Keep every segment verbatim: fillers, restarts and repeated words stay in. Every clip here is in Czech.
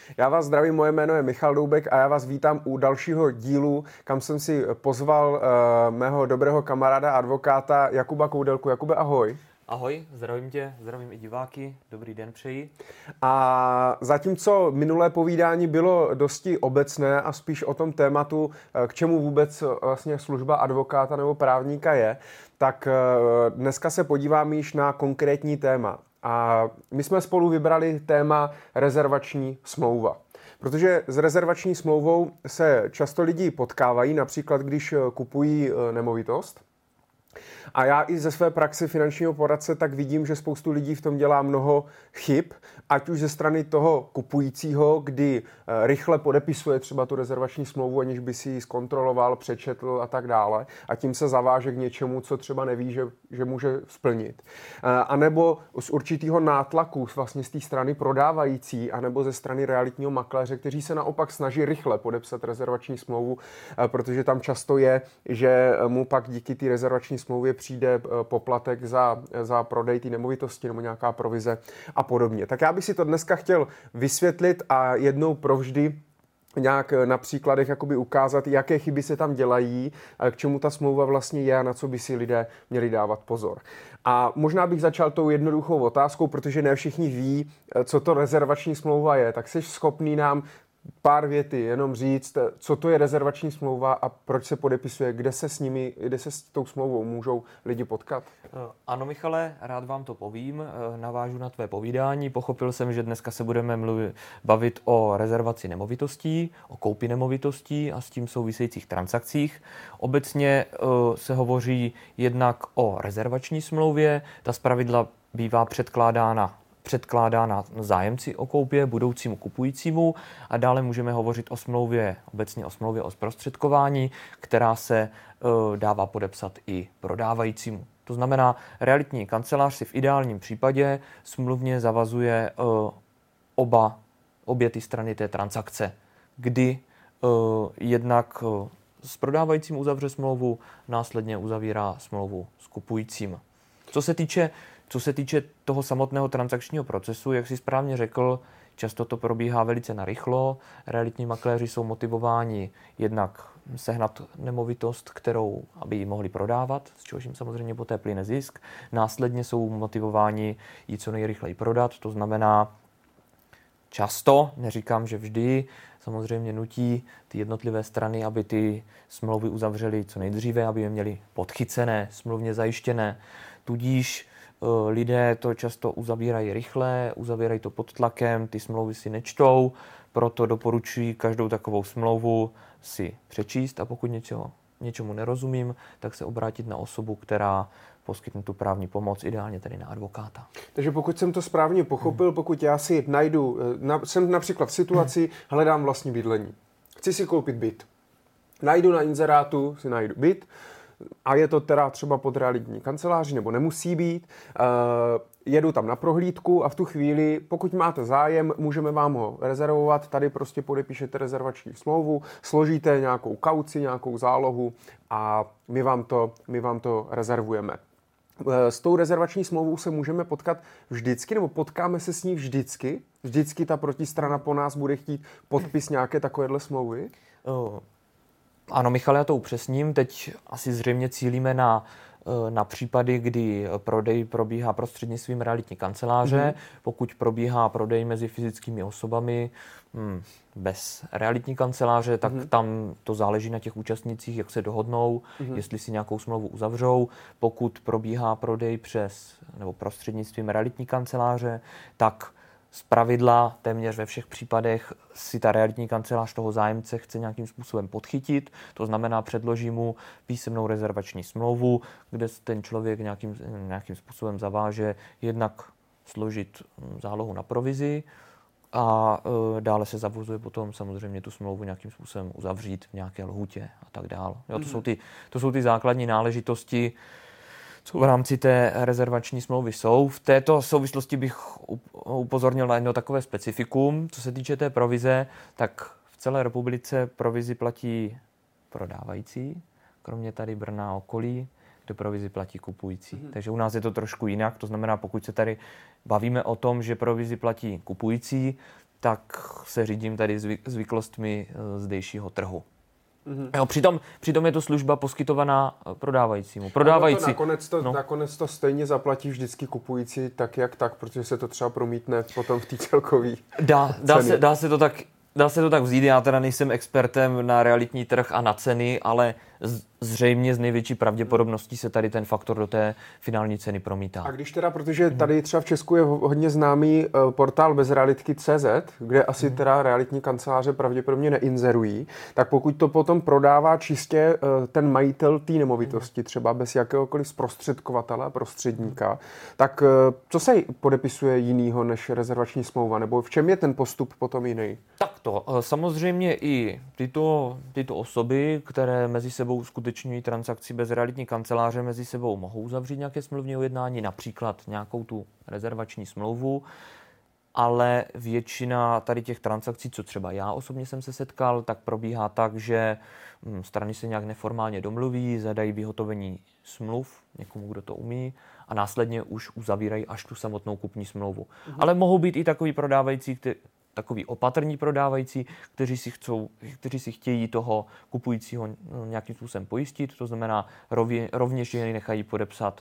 Já vás zdravím, moje jméno je Michal Doubek a já vás vítám u dalšího dílu, kam jsem si pozval uh, mého dobrého kamaráda, advokáta Jakuba Koudelku. Jakube, ahoj. Ahoj, zdravím tě, zdravím i diváky, dobrý den přeji. A zatímco minulé povídání bylo dosti obecné a spíš o tom tématu, k čemu vůbec vlastně služba advokáta nebo právníka je, tak dneska se podíváme již na konkrétní téma. A my jsme spolu vybrali téma rezervační smlouva. Protože s rezervační smlouvou se často lidi potkávají, například když kupují nemovitost. A já i ze své praxe finančního poradce tak vidím, že spoustu lidí v tom dělá mnoho chyb, ať už ze strany toho kupujícího, kdy rychle podepisuje třeba tu rezervační smlouvu, aniž by si ji zkontroloval, přečetl a tak dále, a tím se zaváže k něčemu, co třeba neví, že, že může splnit. A nebo z určitého nátlaku vlastně z té strany prodávající, anebo ze strany realitního makléře, kteří se naopak snaží rychle podepsat rezervační smlouvu, protože tam často je, že mu pak díky té rezervační smlouvě přijde poplatek za, za prodej té nemovitosti nebo nějaká provize a podobně. Tak já bych si to dneska chtěl vysvětlit a jednou provždy nějak na příkladech jakoby ukázat, jaké chyby se tam dělají, k čemu ta smlouva vlastně je a na co by si lidé měli dávat pozor. A možná bych začal tou jednoduchou otázkou, protože ne všichni ví, co to rezervační smlouva je. Tak jsi schopný nám pár věty jenom říct, co to je rezervační smlouva a proč se podepisuje, kde se s nimi, kde se s tou smlouvou můžou lidi potkat? Ano, Michale, rád vám to povím, navážu na tvé povídání. Pochopil jsem, že dneska se budeme mluvit, bavit o rezervaci nemovitostí, o koupi nemovitostí a s tím souvisejících transakcích. Obecně se hovoří jednak o rezervační smlouvě, ta zpravidla bývá předkládána předkládána zájemci o koupě, budoucímu kupujícímu, a dále můžeme hovořit o smlouvě, obecně o smlouvě o zprostředkování, která se e, dává podepsat i prodávajícímu. To znamená, realitní kancelář si v ideálním případě smluvně zavazuje e, oba, obě ty strany té transakce, kdy e, jednak e, s prodávajícím uzavře smlouvu, následně uzavírá smlouvu s kupujícím. Co se týče Co se týče toho samotného transakčního procesu, jak jsi správně řekl, často to probíhá velice narychlo. Realitní makléři jsou motivováni jednak sehnat nemovitost, kterou aby ji mohli prodávat, z čehož jim samozřejmě poté plyne zisk. Následně jsou motivováni ji co nejrychleji prodat, to znamená často, neříkám, že vždy, samozřejmě nutí ty jednotlivé strany, aby ty smlouvy uzavřely co nejdříve, aby je měly podchycené, smluvně zajištěné. Tudíž lidé to často uzavírají rychle, uzavírají to pod tlakem, ty smlouvy si nečtou, proto doporučuji každou takovou smlouvu si přečíst a pokud něčeho, něčemu nerozumím, tak se obrátit na osobu, která poskytne tu právní pomoc, ideálně tedy na advokáta. Takže pokud jsem to správně pochopil, pokud já si najdu, na, jsem například v situaci, hledám vlastní bydlení. Chci si koupit byt. Najdu na inzerátu, si najdu byt, a je to teda třeba pod realitní kanceláří, nebo nemusí být. Jedu tam na prohlídku a v tu chvíli, pokud máte zájem, můžeme vám ho rezervovat. Tady prostě podepíšete rezervační smlouvu, složíte nějakou kauci, nějakou zálohu a my vám to, my vám to rezervujeme. S tou rezervační smlouvou se můžeme potkat vždycky, nebo potkáme se s ní vždycky? Vždycky ta protistrana po nás bude chtít podpis nějaké takovéhle smlouvy? Oh. Ano, Michale, já to upřesním. Teď asi zřejmě cílíme na, na případy, kdy prodej probíhá prostřednictvím realitní kanceláře. Mm-hmm. Pokud probíhá prodej mezi fyzickými osobami hm, bez realitní kanceláře, tak mm-hmm. tam to záleží na těch účastnících, jak se dohodnou, mm-hmm. jestli si nějakou smlouvu uzavřou. Pokud probíhá prodej přes nebo prostřednictvím realitní kanceláře, tak zpravidla téměř ve všech případech si ta realitní kancelář toho zájemce chce nějakým způsobem podchytit. To znamená, předloží mu písemnou rezervační smlouvu, kde ten člověk nějakým, nějakým způsobem zaváže jednak složit zálohu na provizi a e, dále se zavazuje potom samozřejmě tu smlouvu nějakým způsobem uzavřít v nějaké lhůtě a tak dále. Jo, to, mm-hmm. jsou ty, to jsou ty základní náležitosti, co v rámci té rezervační smlouvy jsou. V této souvislosti bych upozornil na jedno takové specifikum. Co se týče té provize, tak v celé republice provizi platí prodávající, kromě tady Brna a okolí, kde provizi platí kupující. Mm-hmm. Takže u nás je to trošku jinak. To znamená, pokud se tady bavíme o tom, že provizi platí kupující, tak se řídím tady zvyk, zvyklostmi zdejšího trhu. Mm-hmm. Jo, přitom, přitom je to služba poskytovaná prodávajícímu. Prodávající. To nakonec, to, no. nakonec to stejně zaplatí vždycky kupující tak, jak tak, protože se to třeba promítne potom v té celkové dá, dá, se, dá se to tak Dá se to tak vzít, já teda nejsem expertem na realitní trh a na ceny, ale zřejmě z největší pravděpodobností se tady ten faktor do té finální ceny promítá. A když teda, protože tady třeba v Česku je hodně známý portál bezrealitky tečka cé zet, kde asi mm. teda realitní kanceláře pravděpodobně neinzerují, tak pokud to potom prodává čistě ten majitel té nemovitosti, třeba bez jakéhokoliv zprostředkovatele, prostředníka, tak co se podepisuje jinýho než rezervační smlouva, nebo v čem je ten postup potom jiný? Tak to, samozřejmě i tyto, tyto osoby, které mezi sebou skutečňují transakci bez realitní kanceláře, mezi sebou mohou uzavřít nějaké smluvní ujednání, například nějakou tu rezervační smlouvu, ale většina tady těch transakcí, co třeba já osobně jsem se setkal, tak probíhá tak, že strany se nějak neformálně domluví, zadají vyhotovení smluv někomu, kdo to umí, a následně už uzavírají až tu samotnou kupní smlouvu. Mhm. Ale mohou být i takový prodávající, kteří takový opatrní prodávající, kteří si, chcou, kteří si chtějí toho kupujícího nějakým způsobem pojistit, to znamená rově, rovněž je nechají podepsat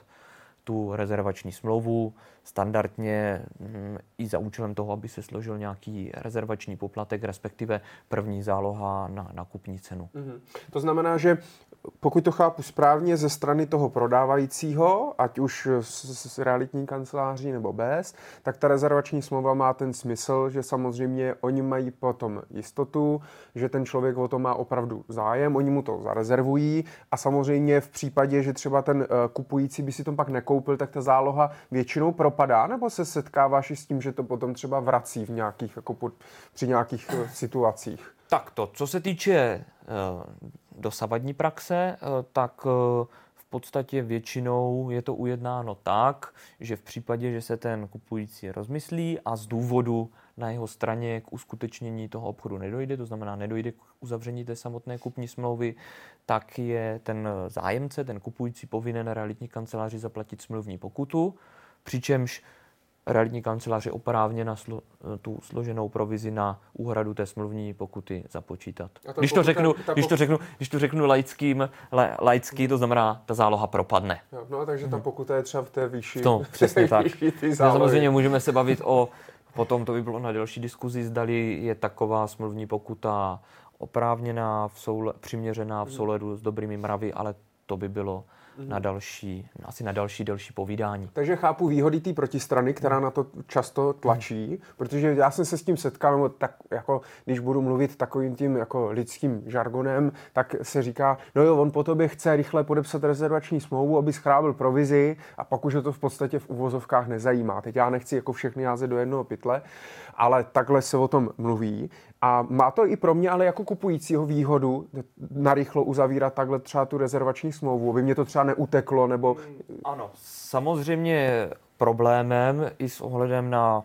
tu rezervační smlouvu standardně hm, i za účelem toho, aby se složil nějaký rezervační poplatek, respektive první záloha na, na kupní cenu. Mm-hmm. To znamená, že pokud to chápu správně ze strany toho prodávajícího, ať už s, s realitní kanceláří nebo bez, tak ta rezervační smlouva má ten smysl, že samozřejmě oni mají potom jistotu, že ten člověk o to má opravdu zájem, oni mu to zarezervují a samozřejmě v případě, že třeba ten uh, kupující by si to pak nekoupil, tak ta záloha většinou propadá, nebo se setkáváš i s tím, že to potom třeba vrací v nějakých, jako pod, při nějakých uh, situacích? Tak to, co se týče uh, dosavadní praxe, uh, tak uh, v podstatě většinou je to ujednáno tak, že v případě, že se ten kupující rozmyslí a z důvodu na jeho straně k uskutečnění toho obchodu nedojde, to znamená nedojde k uzavření té samotné kupní smlouvy, tak je ten zájemce, ten kupující povinen realitní kanceláři zaplatit smluvní pokutu, přičemž realitní kancelář je oprávněna slo, tu složenou provizi na úhradu té smluvní pokuty započítat. Když to, řeknu, ta, ta když, to řeknu, když to řeknu laickým, la, laicky, to znamená, ta záloha propadne. Jo, no, takže ta pokuta je třeba v té výši. No, přesně tak. Samozřejmě můžeme se bavit o, potom to by bylo na delší diskuzi, zdali je taková smluvní pokuta oprávněná, v soule, přiměřená v souladu s dobrými mravy, ale to by bylo na další, asi na další, další povídání. Takže chápu výhody té protistrany, která na to často tlačí, protože já jsem se s tím setkal, tak jako když budu mluvit takovým tím jako lidským žargonem, tak se říká, no jo, on po tobě chce rychle podepsat rezervační smlouvu, aby schrábil provizi a pak už ho to v podstatě v uvozovkách nezajímá. Teď já nechci jako všechny házet do jednoho pytle, ale takhle se o tom mluví. A má to i pro mě ale jako kupujícího výhodu narychlo uzavírat takhle třeba tu rezervační smlouvu, aby mě to třeba neuteklo, nebo... Ano, samozřejmě problémem i s ohledem na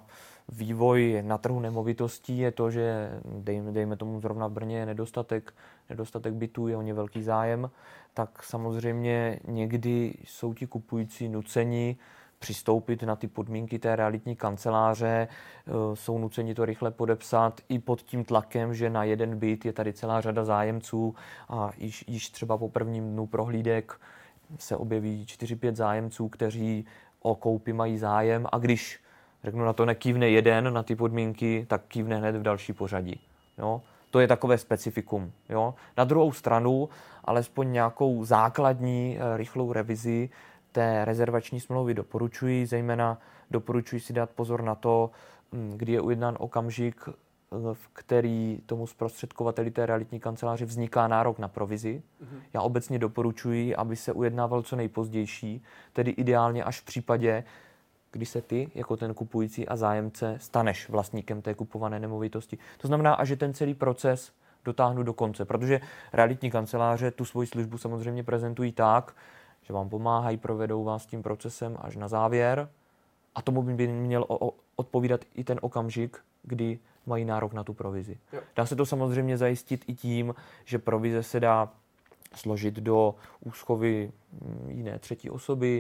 vývoj na trhu nemovitostí je to, že dejme, dejme tomu zrovna v Brně je nedostatek, nedostatek bytů, je o ně velký zájem, tak samozřejmě někdy jsou ti kupující nuceni přistoupit na ty podmínky té realitní kanceláře, jsou nuceni to rychle podepsat i pod tím tlakem, že na jeden byt je tady celá řada zájemců a již, již třeba po prvním dnu prohlídek se objeví čtyři pět zájemců, kteří o koupi mají zájem a když, řeknu na to, nekývne jeden na ty podmínky, tak kývne hned v další pořadí. Jo? To je takové specifikum. Jo? Na druhou stranu, alespoň nějakou základní rychlou revizi té rezervační smlouvy doporučuji, zejména doporučuji si dát pozor na to, kdy je ujednán okamžik, v který tomu zprostředkovateli té realitní kanceláře vzniká nárok na provizi. Mm-hmm. Já obecně doporučuji, aby se ujednával co nejpozdější, tedy ideálně až v případě, kdy se ty, jako ten kupující a zájemce, staneš vlastníkem té kupované nemovitosti. To znamená, až že ten celý proces dotáhnu do konce, protože realitní kanceláře tu svoji službu samozřejmě prezentují tak, že vám pomáhají, provedou vás tím procesem až na závěr a tomu by měl odpovídat i ten okamžik, kdy mají nárok na tu provizi. Jo. Dá se to samozřejmě zajistit i tím, že provize se dá složit do úschovy jiné třetí osoby,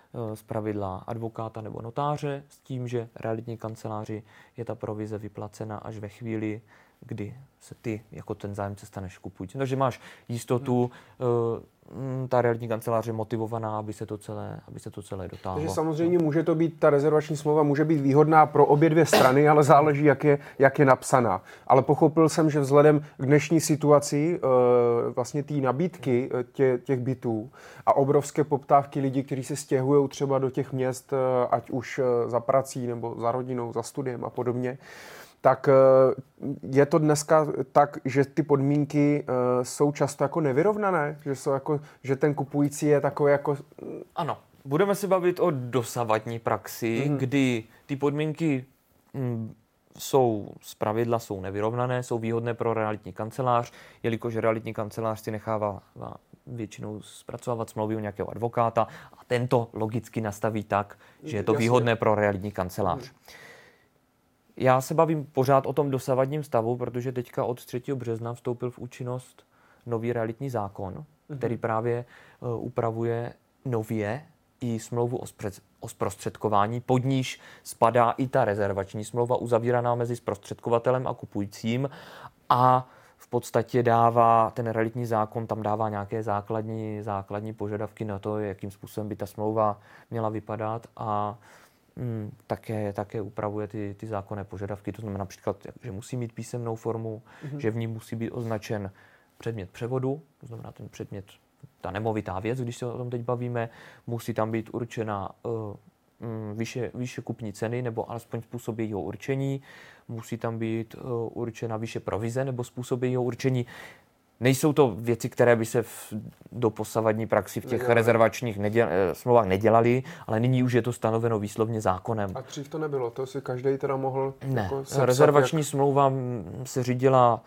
zpravidla advokáta nebo notáře s tím, že realitní kanceláři je ta provize vyplacena až ve chvíli, kdy se ty jako ten zájemce staneš kupujícím. Takže máš jistotu, hmm. ta realitní kancelář je motivovaná, aby se to celé, aby se to celé dotáhlo. Takže samozřejmě může to být, ta rezervační smlouva může být výhodná pro obě dvě strany, ale záleží, jak je, jak je napsaná. Ale pochopil jsem, že vzhledem k dnešní situaci vlastně té nabídky tě, těch bytů a obrovské poptávky lidí, kteří se stěhují třeba do těch měst, ať už za prací nebo za rodinou, za studiem a podobně, tak je to dneska tak, že ty podmínky jsou často jako nevyrovnané, že jsou jako, že ten kupující je takový jako... Ano, budeme se bavit o dosavadní praxi, mm. kdy ty podmínky mm, jsou zpravidla jsou nevyrovnané, jsou výhodné pro realitní kancelář, jelikož realitní kancelář si nechává většinou zpracovávat smlouvy u nějakého advokáta a tento logicky nastaví tak, že je to Jasně. výhodné pro realitní kancelář. Mm. Já se bavím pořád o tom dosavadním stavu, protože teďka od třetího března vstoupil v účinnost nový realitní zákon, mm-hmm. který právě uh, upravuje nově i smlouvu o, spře- o zprostředkování, pod níž spadá i ta rezervační smlouva uzavíraná mezi zprostředkovatelem a kupujícím a v podstatě dává, ten realitní zákon tam dává nějaké základní, základní požadavky na to, jakým způsobem by ta smlouva měla vypadat a Hmm, také, také upravuje ty, ty zákonné požadavky, to znamená například, že musí mít písemnou formu, mm-hmm. že v ní musí být označen předmět převodu, to znamená ten předmět, ta nemovitá věc, když se o tom teď bavíme, musí tam být určena uh, um, výše, výše kupní ceny nebo alespoň způsob jejího určení, musí tam být uh, určena výše provize nebo způsob jejího určení. Nejsou to věci, které by se v doposavadní praxi v těch Nedělali. rezervačních neděl, smlouvách nedělaly, ale nyní už je to stanoveno výslovně zákonem. A dřív to nebylo, to si každý teda mohl... Ne, jako rezervační jak... smlouva se řídila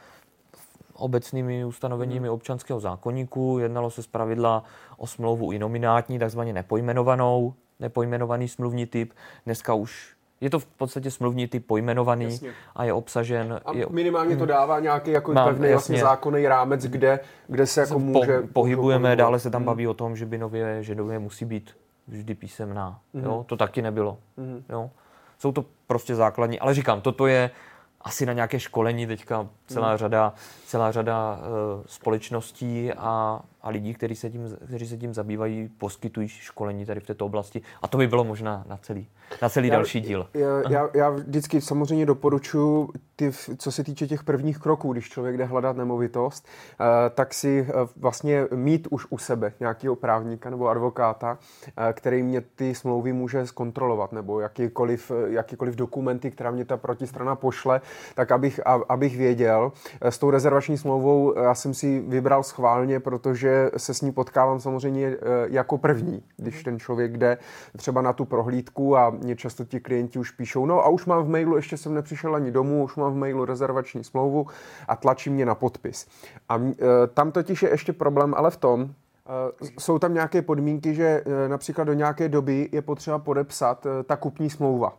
obecnými ustanoveními hmm. občanského zákoníku, jednalo se zpravidla o smlouvu i nominátní, takzvaně nepojmenovanou, nepojmenovaný smluvní typ. Dneska už je to v podstatě smluvní typ pojmenovaný. Jasně. A je obsažen... A je, minimálně to dává nějaký jako má, pevný vlastně zákonný rámec, kde, kde se jako může... Po, pohybujeme, dále se tam hmm. baví o tom, že by nově, že nově musí být vždy písemná. Hmm. Jo? To taky nebylo. Hmm. Jo? Jsou to prostě základní, ale říkám, toto je asi na nějaké školení teďka celá hmm. řada, celá řada uh, společností a, a lidí, kteří se, tím, kteří se tím zabývají, poskytují školení tady v této oblasti. A to by bylo možná na celý, na celý já, další díl. Já, já, já vždycky samozřejmě doporučuji, ty, co se týče těch prvních kroků, když člověk jde hledat nemovitost, uh, tak si uh, vlastně mít už u sebe nějakého právníka nebo advokáta, uh, který mě ty smlouvy může zkontrolovat, nebo jakýkoliv, jakýkoliv dokumenty, která mě ta protistrana pošle, tak abych, abych věděl. S tou rezervační smlouvou já jsem si vybral schválně, protože se s ní potkávám samozřejmě jako první, když ten člověk jde třeba na tu prohlídku a mě často ti klienti už píšou, no a už mám v mailu, ještě jsem nepřišel ani domů, už mám v mailu rezervační smlouvu a tlačí mě na podpis. A tam totiž je ještě problém, ale v tom, jsou tam nějaké podmínky, že například do nějaké doby je potřeba podepsat ta kupní smlouva.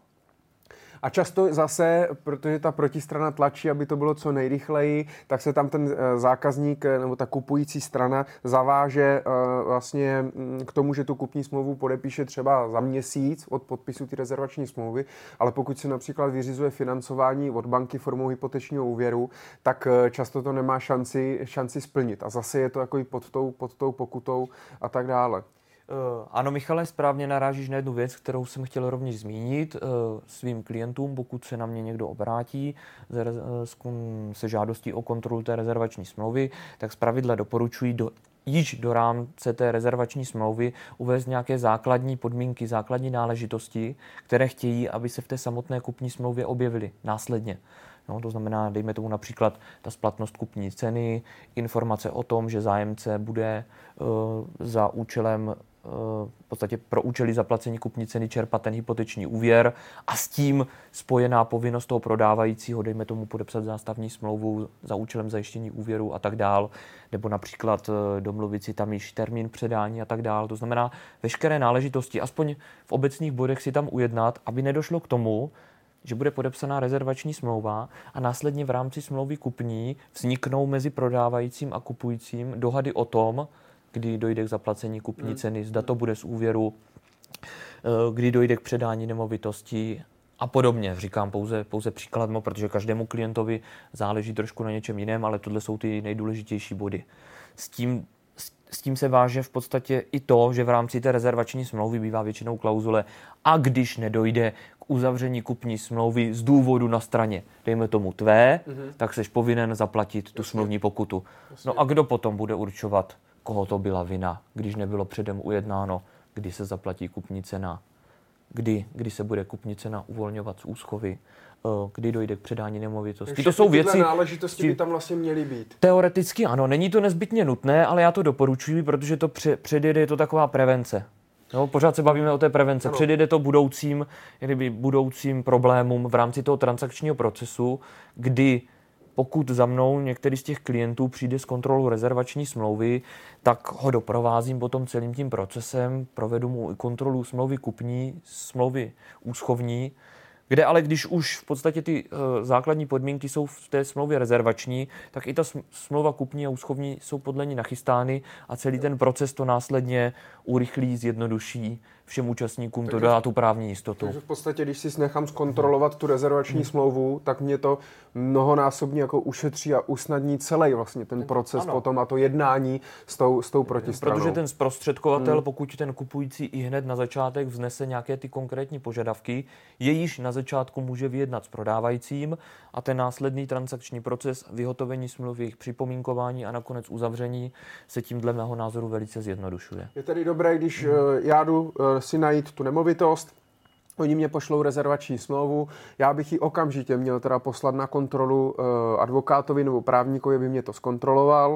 A často zase, protože ta protistrana tlačí, aby to bylo co nejrychleji, tak se tam ten zákazník nebo ta kupující strana zaváže vlastně k tomu, že tu kupní smlouvu podepíše třeba za měsíc od podpisu té rezervační smlouvy, ale pokud se například vyřizuje financování od banky formou hypotečního úvěru, tak často to nemá šanci, šanci splnit. A zase je to jako i pod tou, pod tou pokutou a tak dále. Uh, ano, Michale, správně narážíš na jednu věc, kterou jsem chtěl rovněž zmínit. Uh, svým klientům, pokud se na mě někdo obrátí se žádostí o kontrolu té rezervační smlouvy, tak zpravidla doporučuji do, již do rámce té rezervační smlouvy uvést nějaké základní podmínky, základní náležitosti, které chtějí, aby se v té samotné kupní smlouvě objevily následně. No, to znamená, dejme tomu například ta splatnost kupní ceny, informace o tom, že zájemce bude uh, za účelem, uh, v podstatě pro účely zaplacení kupní ceny čerpat ten hypoteční úvěr a s tím spojená povinnost toho prodávajícího, dejme tomu podepsat zástavní smlouvu za účelem zajištění úvěru a tak dál, nebo například uh, domluvit si tam již termín předání a tak dál. To znamená, veškeré náležitosti, aspoň v obecných bodech si tam ujednat, aby nedošlo k tomu, že bude podepsaná rezervační smlouva a následně v rámci smlouvy kupní vzniknou mezi prodávajícím a kupujícím dohady o tom, kdy dojde k zaplacení kupní hmm. ceny, zda to bude z úvěru kdy dojde k předání nemovitosti a podobně. Říkám pouze, pouze příkladmo, protože každému klientovi záleží trošku na něčem jiném, ale tohle jsou ty nejdůležitější body. S tím, s tím se váže v podstatě i to, že v rámci té rezervační smlouvy bývá většinou klauzule a když nedojde k uzavření kupní smlouvy z důvodu na straně, dejme tomu tvé, mm-hmm. tak seš povinen zaplatit tu Jasně. smluvní pokutu. Jasně. No a kdo potom bude určovat, koho to byla vina, když nebylo předem ujednáno, kdy se zaplatí kupní cena, kdy, kdy se bude kupní cena uvolňovat z úschovy, kdy dojde k předání nemovitosti. Všechny to jsou věci, náležitosti by tam vlastně měly být. Teoreticky ano, není to nezbytně nutné, ale já to doporučuji, protože to pře- předjede, je to taková prevence. No, pořád se bavíme o té prevence. Ano. Předjede to budoucím, kdyby budoucím problémům v rámci toho transakčního procesu, kdy pokud za mnou některý z těch klientů přijde s kontrolou rezervační smlouvy, tak ho doprovázím potom celým tím procesem, provedu mu kontrolu smlouvy kupní, smlouvy úschovní, kde ale když už v podstatě ty uh, základní podmínky jsou v té smlouvě rezervační, tak i ta smlouva kupní a úschovní jsou podle ní nachystány a celý ten proces to následně urychlí, zjednoduší, všem účastníkům to dá tu právní jistotu. Takže v podstatě, když si nechám zkontrolovat tu rezervační hmm. smlouvu, tak mě to mnohonásobně jako ušetří a usnadní celý vlastně ten proces ano. potom a to jednání s tou, s tou protistranou. Protože ten zprostředkovatel, hmm. pokud ten kupující i hned na začátek vznese nějaké ty konkrétní požadavky, je již na začátku může vyjednat s prodávajícím a ten následný transakční proces, vyhotovení smlouvy, jejich připomínkování a nakonec uzavření se tím dle mého názoru velice zjednodušuje. Je tedy dobré, když hmm. já jdu si najít tu nemovitost, oni mě pošlou rezervační smlouvu, já bych ji okamžitě měl teda poslat na kontrolu advokátovi nebo právníkovi, aby mě to zkontroloval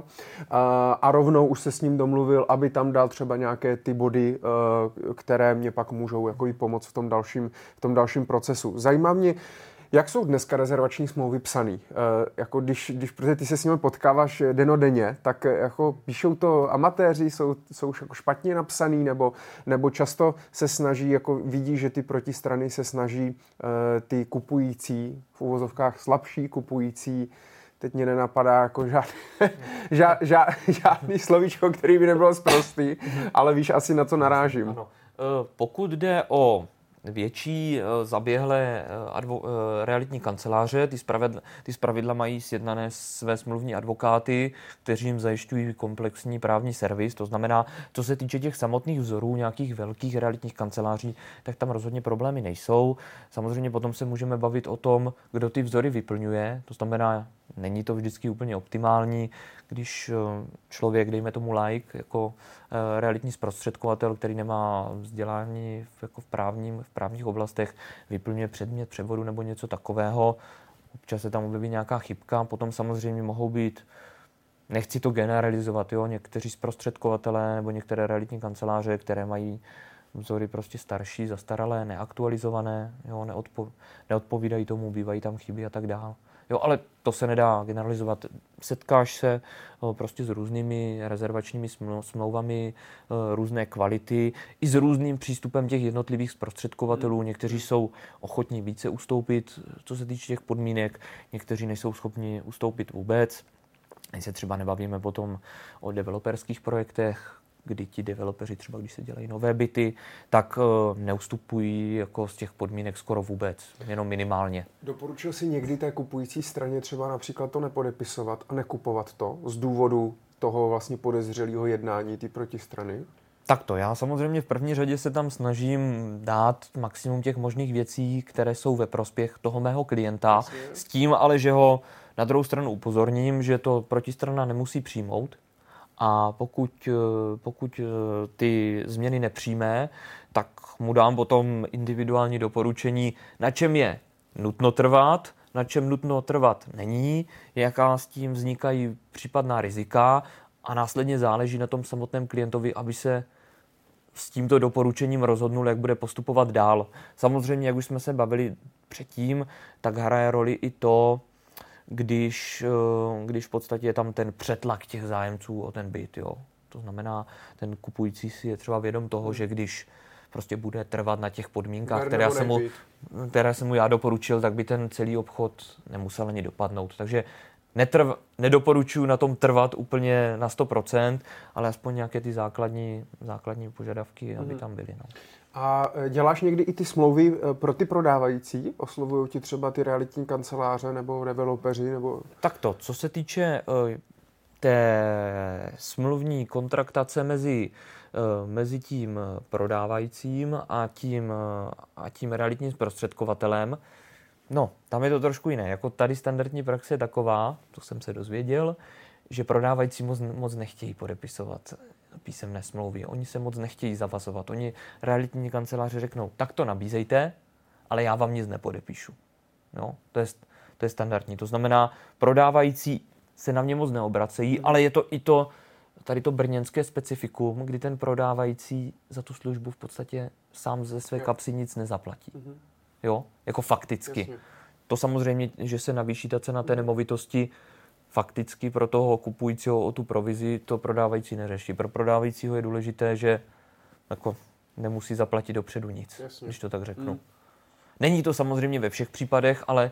a rovnou už se s ním domluvil, aby tam dal třeba nějaké ty body, které mě pak můžou jako i pomoct v tom dalším, v tom dalším procesu. Zajímá mě, jak jsou dneska rezervační smlouvy psaný? E, jako když, když protože ty se s nimi potkáváš denodenně, tak jako píšou to amatéři, jsou, jsou jako špatně napsaný, nebo, nebo často se snaží, jako vidí, že ty protistrany se snaží e, ty kupující, v uvozovkách slabší kupující, teď mě nenapadá jako žádný, žád, žád, žádný slovíčko, který by nebylo sprostý, ale víš asi, na co narážím. Ano. E, pokud jde o větší zaběhlé advo, realitní kanceláře, ty zpravidla, ty zpravidla mají sjednané své smluvní advokáty, kteří jim zajišťují komplexní právní servis. To znamená, co se týče těch samotných vzorů nějakých velkých realitních kanceláří, tak tam rozhodně problémy nejsou. Samozřejmě potom se můžeme bavit o tom, kdo ty vzory vyplňuje. To znamená, není to vždycky úplně optimální, když člověk, dejme tomu like, jako realitní zprostředkovatel, který nemá vzdělání v, jako v, právním, v právních oblastech, vyplňuje předmět převodu nebo něco takového. Občas se tam objeví nějaká chybka, potom samozřejmě mohou být, nechci to generalizovat, jo, někteří zprostředkovatelé nebo některé realitní kanceláře, které mají vzory prostě starší, zastaralé, neaktualizované, jo, neodpo, neodpovídají tomu, bývají tam chyby a tak dále. Jo, ale to se nedá generalizovat. Setkáš se prostě s různými rezervačními smlouvami, různé kvality, i s různým přístupem těch jednotlivých zprostředkovatelů. Někteří jsou ochotní více ustoupit, co se týče těch podmínek, někteří nejsou schopni ustoupit vůbec. Když se třeba nebavíme potom o developerských projektech, kdy ti developeři třeba, když se dělají nové byty, tak uh, neustupují jako z těch podmínek skoro vůbec, jenom minimálně. Doporučil si někdy té kupující straně třeba například to nepodepisovat a nekupovat to z důvodu toho vlastně podezřelého jednání ty protistrany? Tak to já samozřejmě v první řadě se tam snažím dát maximum těch možných věcí, které jsou ve prospěch toho mého klienta, Jasně. s tím ale, že ho na druhou stranu upozorním, že to protistrana nemusí přijmout. A pokud, pokud ty změny nepřijme, tak mu dám potom individuální doporučení, na čem je nutno trvat, na čem nutno trvat není, jaká s tím vznikají případná rizika a následně záleží na tom samotném klientovi, aby se s tímto doporučením rozhodnul, jak bude postupovat dál. Samozřejmě, jak už jsme se bavili předtím, tak hraje roli i to, Když, když v podstatě je tam ten přetlak těch zájemců o ten byt. Jo. To znamená, ten kupující si je třeba vědom toho, že když prostě bude trvat na těch podmínkách, které jsem, mu, které jsem mu já doporučil, tak by ten celý obchod nemusel ani dopadnout. Takže netrv, nedoporučuji na tom trvat úplně na sto procent, ale aspoň nějaké ty základní, základní požadavky, aby tam byly. No. A děláš někdy i ty smlouvy pro ty prodávající? Oslovují ti třeba ty realitní kanceláře nebo developeři? Nebo... Tak to, co se týče uh, té smluvní kontraktace mezi, uh, mezi tím prodávajícím a tím, uh, a tím realitním zprostředkovatelem, no, tam je to trošku jiné. Jako tady standardní praxe je taková, to jsem se dozvěděl, že prodávající moc, moc nechtějí podepisovat písemné smlouvy. Oni se moc nechtějí zavazovat. Oni realitní kanceláře řeknou, tak to nabízejte, ale já vám nic nepodepíšu. No, to je, to je standardní. To znamená, prodávající se na mě moc neobracejí, ale je to i to, tady to brněnské specifikum, kdy ten prodávající za tu službu v podstatě sám ze své kapsy nic nezaplatí. Jo, jako fakticky. Jasně. To samozřejmě, že se navýší ta cena té nemovitosti, fakticky pro toho kupujícího o tu provizi to prodávající neřeší. Pro prodávajícího je důležité, že jako nemusí zaplatit dopředu nic, Jasně. když to tak řeknu. Mm. Není to samozřejmě ve všech případech, ale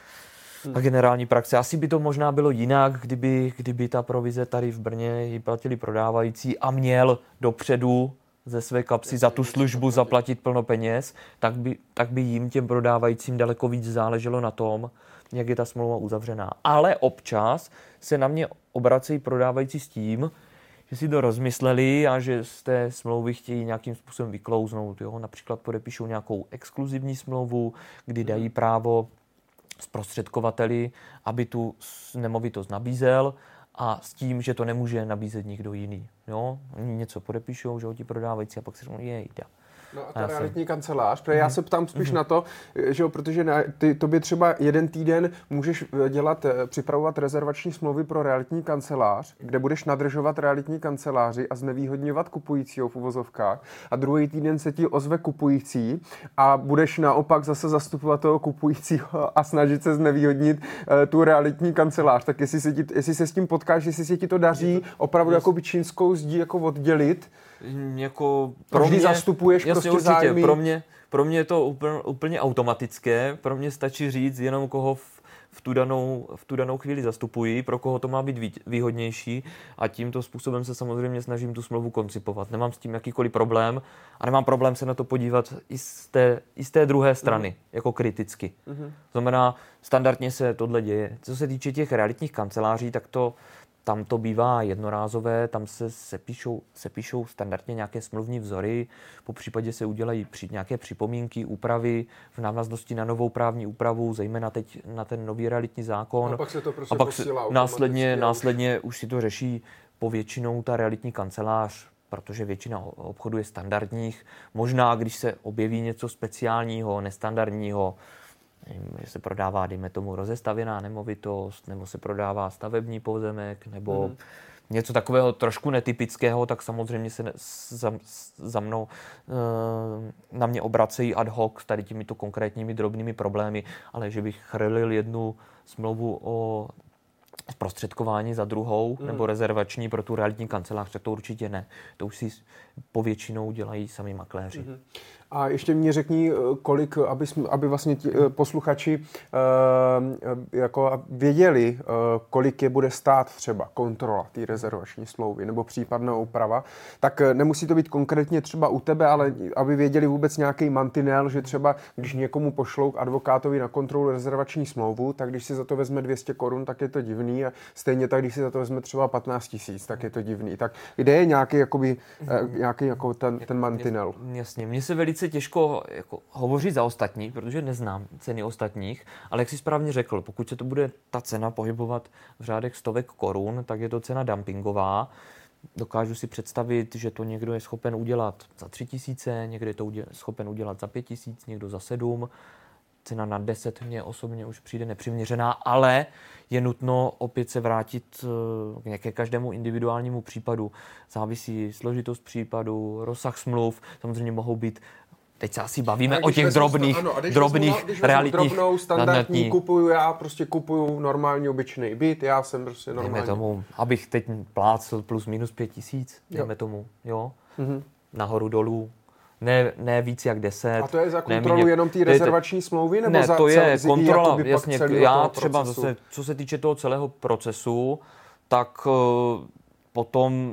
mm. ta generální praxe. Asi by to možná bylo jinak, kdyby, kdyby ta provize tady v Brně ji platili prodávající a měl dopředu ze své kapsy Jasně, za tu službu zaplatit plno peněz, tak by, tak by jim, těm prodávajícím, daleko víc záleželo na tom, jak je ta smlouva uzavřená. Ale občas se na mě obracejí prodávající s tím, že si to rozmysleli a že z té smlouvy chtějí nějakým způsobem vyklouznout. Jo? Například podepíšou nějakou exkluzivní smlouvu, kdy dají právo zprostředkovateli, aby tu nemovitost nabízel a s tím, že to nemůže nabízet nikdo jiný. Jo? Oni něco podepíšou, že ho ti prodávající a pak se řeknou, je, jde. No a ta realitní kancelář, protože já se ptám spíš na to, že jo, protože na, ty, tobě třeba jeden týden můžeš dělat, připravovat rezervační smlouvy pro realitní kancelář, kde budeš nadržovat realitní kanceláři a znevýhodňovat kupujícího v uvozovkách, a druhý týden se ti ozve kupující a budeš naopak zase zastupovat toho kupujícího a snažit se znevýhodnit uh, tu realitní kancelář. Tak jestli se, ti, jestli se s tím potkáš, jestli se ti to daří opravdu jako by čínskou zdí jako oddělit, jako pro mě zastupuješ jasně, prostě určitě. zájmy. Pro mě, pro mě je to úplně, úplně automatické. Pro mě stačí říct jenom, koho v, v, tu danou, v tu danou chvíli zastupuji, pro koho to má být výhodnější, a tímto způsobem se samozřejmě snažím tu smlouvu koncipovat. Nemám s tím jakýkoliv problém a nemám problém se na to podívat i z té, i z té druhé strany, mm. jako kriticky. Mm. Znamená, standardně se tohle děje. Co se týče těch realitních kanceláří, tak to tam to bývá jednorázové, tam se sepíšou, sepíšou standardně nějaké smluvní vzory, po případě se udělají při, nějaké připomínky, úpravy v návaznosti na novou právní úpravu, zejména teď na ten nový realitní zákon. A pak se to prostě a pak se následně, následně už si to řeší povětšinou ta realitní kancelář, protože většina obchodů je standardních. Možná, když se objeví něco speciálního, nestandardního, že se prodává, dejme tomu, rozestavěná nemovitost, nebo se prodává stavební pozemek, nebo mm. něco takového trošku netypického, tak samozřejmě se za, za mnou na mě obracejí ad hoc s tady těmito konkrétními drobnými problémy, ale že bych chrlil jednu smlouvu o zprostředkování za druhou, mm. nebo rezervační pro tu realitní kancelář, tak to určitě ne. To už si povětšinou dělají sami makléři. Mm. A ještě mě řekni, kolik, aby, jsme, aby vlastně ti, posluchači uh, jako věděli, uh, kolik je bude stát třeba kontrola té rezervační smlouvy nebo případná úprava, tak nemusí to být konkrétně třeba u tebe, ale aby věděli vůbec nějaký mantinel, že třeba když někomu pošlou k advokátovi na kontrolu rezervační smlouvu, tak když si za to vezme dvě stě korun, tak je to divný, a stejně tak, když si za to vezme třeba patnáct tisíc, tak je to divný. Tak kde je nějaký, jakoby, uh, nějaký jako ten, ten mantinel? Jasně, mně se velice těžko jako hovoří za ostatní, protože neznám ceny ostatních, ale jak jsi správně řekl, pokud se to bude ta cena pohybovat v řádech stovek korun, tak je to cena dumpingová. Dokážu si představit, že to někdo je schopen udělat za tři tisíce, někdo je to uděl, schopen udělat za pět tisíc, někdo za sedm. Cena na deset mě osobně už přijde nepřiměřená, ale je nutno opět se vrátit k nějaké každému individuálnímu případu. Závisí složitost případu, rozsah smluv, samozřejmě mohou být. Teď se asi bavíme o těch drobných, ano, drobných, vezmu, když realitních. Drobnou, standardní, kupuju já, prostě kupuju normální obyčejný byt, já jsem prostě normální. Dejme tomu, abych teď plácl plus minus pět tisíc, dejme tomu, jo, mm-hmm. nahoru dolů. Ne, ne víc jak deset. A to je za kontrolu ne, jenom té rezervační smlouvy? Nebo ne, za to je celý, kontrola, jasně, já třeba zase, co se týče toho celého procesu, tak uh, potom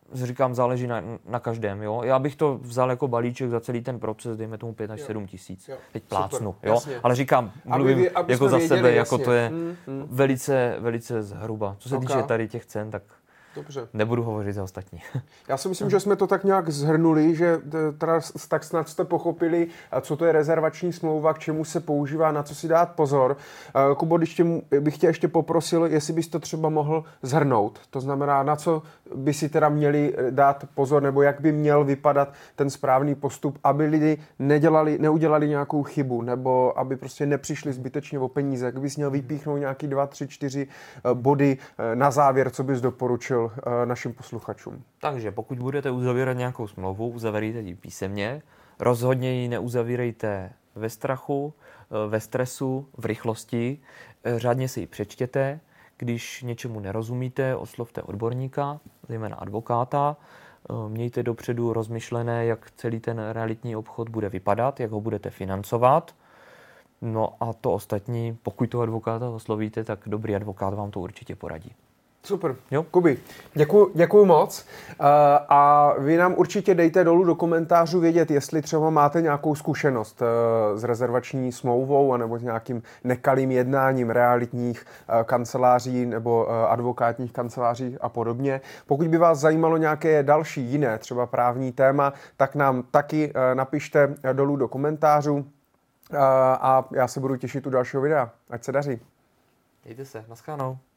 říkám, záleží na, na každém. Jo? Já bych to vzal jako balíček za celý ten proces, dejme tomu pět až sedm tisíc. Teď plácnu, jo? Ale říkám, mluvím aby, aby jako za věděli, sebe, jasně. Jako to je hmm, hmm. velice, velice zhruba. Co se okay. týče tady těch cen, tak dobře. Nebudu hovořit za ostatní. Já si myslím, že jsme to tak nějak zhrnuli, že teda tak snad jste pochopili, co to je rezervační smlouva, k čemu se používá, na co si dát pozor. Kubo, když tě, bych tě ještě poprosil, jestli bys to třeba mohl zhrnout. To znamená, na co by si teda měli dát pozor, nebo jak by měl vypadat ten správný postup, aby lidi nedělali, neudělali nějakou chybu, nebo aby prostě nepřišli zbytečně o peníze. Jak bys měl vypíchnout nějaký dva, tři, čtyři body na závěr, co bys doporučil našim posluchačům. Takže pokud budete uzavírat nějakou smlouvu, uzavírejte ji písemně. Rozhodně ji neuzavírejte ve strachu, ve stresu, v rychlosti. Řádně si ji přečtěte. Když něčemu nerozumíte, oslovte odborníka, zejména advokáta. Mějte dopředu rozmyšlené, jak celý ten realitní obchod bude vypadat, jak ho budete financovat. No a to ostatní, pokud toho advokáta oslovíte, tak dobrý advokát vám to určitě poradí. Super. Jo. Kubi, děkuju, děkuju moc. Uh, a vy nám určitě dejte dolů do komentářů vědět, jestli třeba máte nějakou zkušenost uh, s rezervační smlouvou anebo s nějakým nekalým jednáním realitních uh, kanceláří nebo uh, advokátních kanceláří a podobně. Pokud by vás zajímalo nějaké další jiné, třeba právní téma, tak nám taky uh, napište dolů do komentářů uh, a já se budu těšit u dalšího videa. Ať se daří. Mějte se, naschledanou.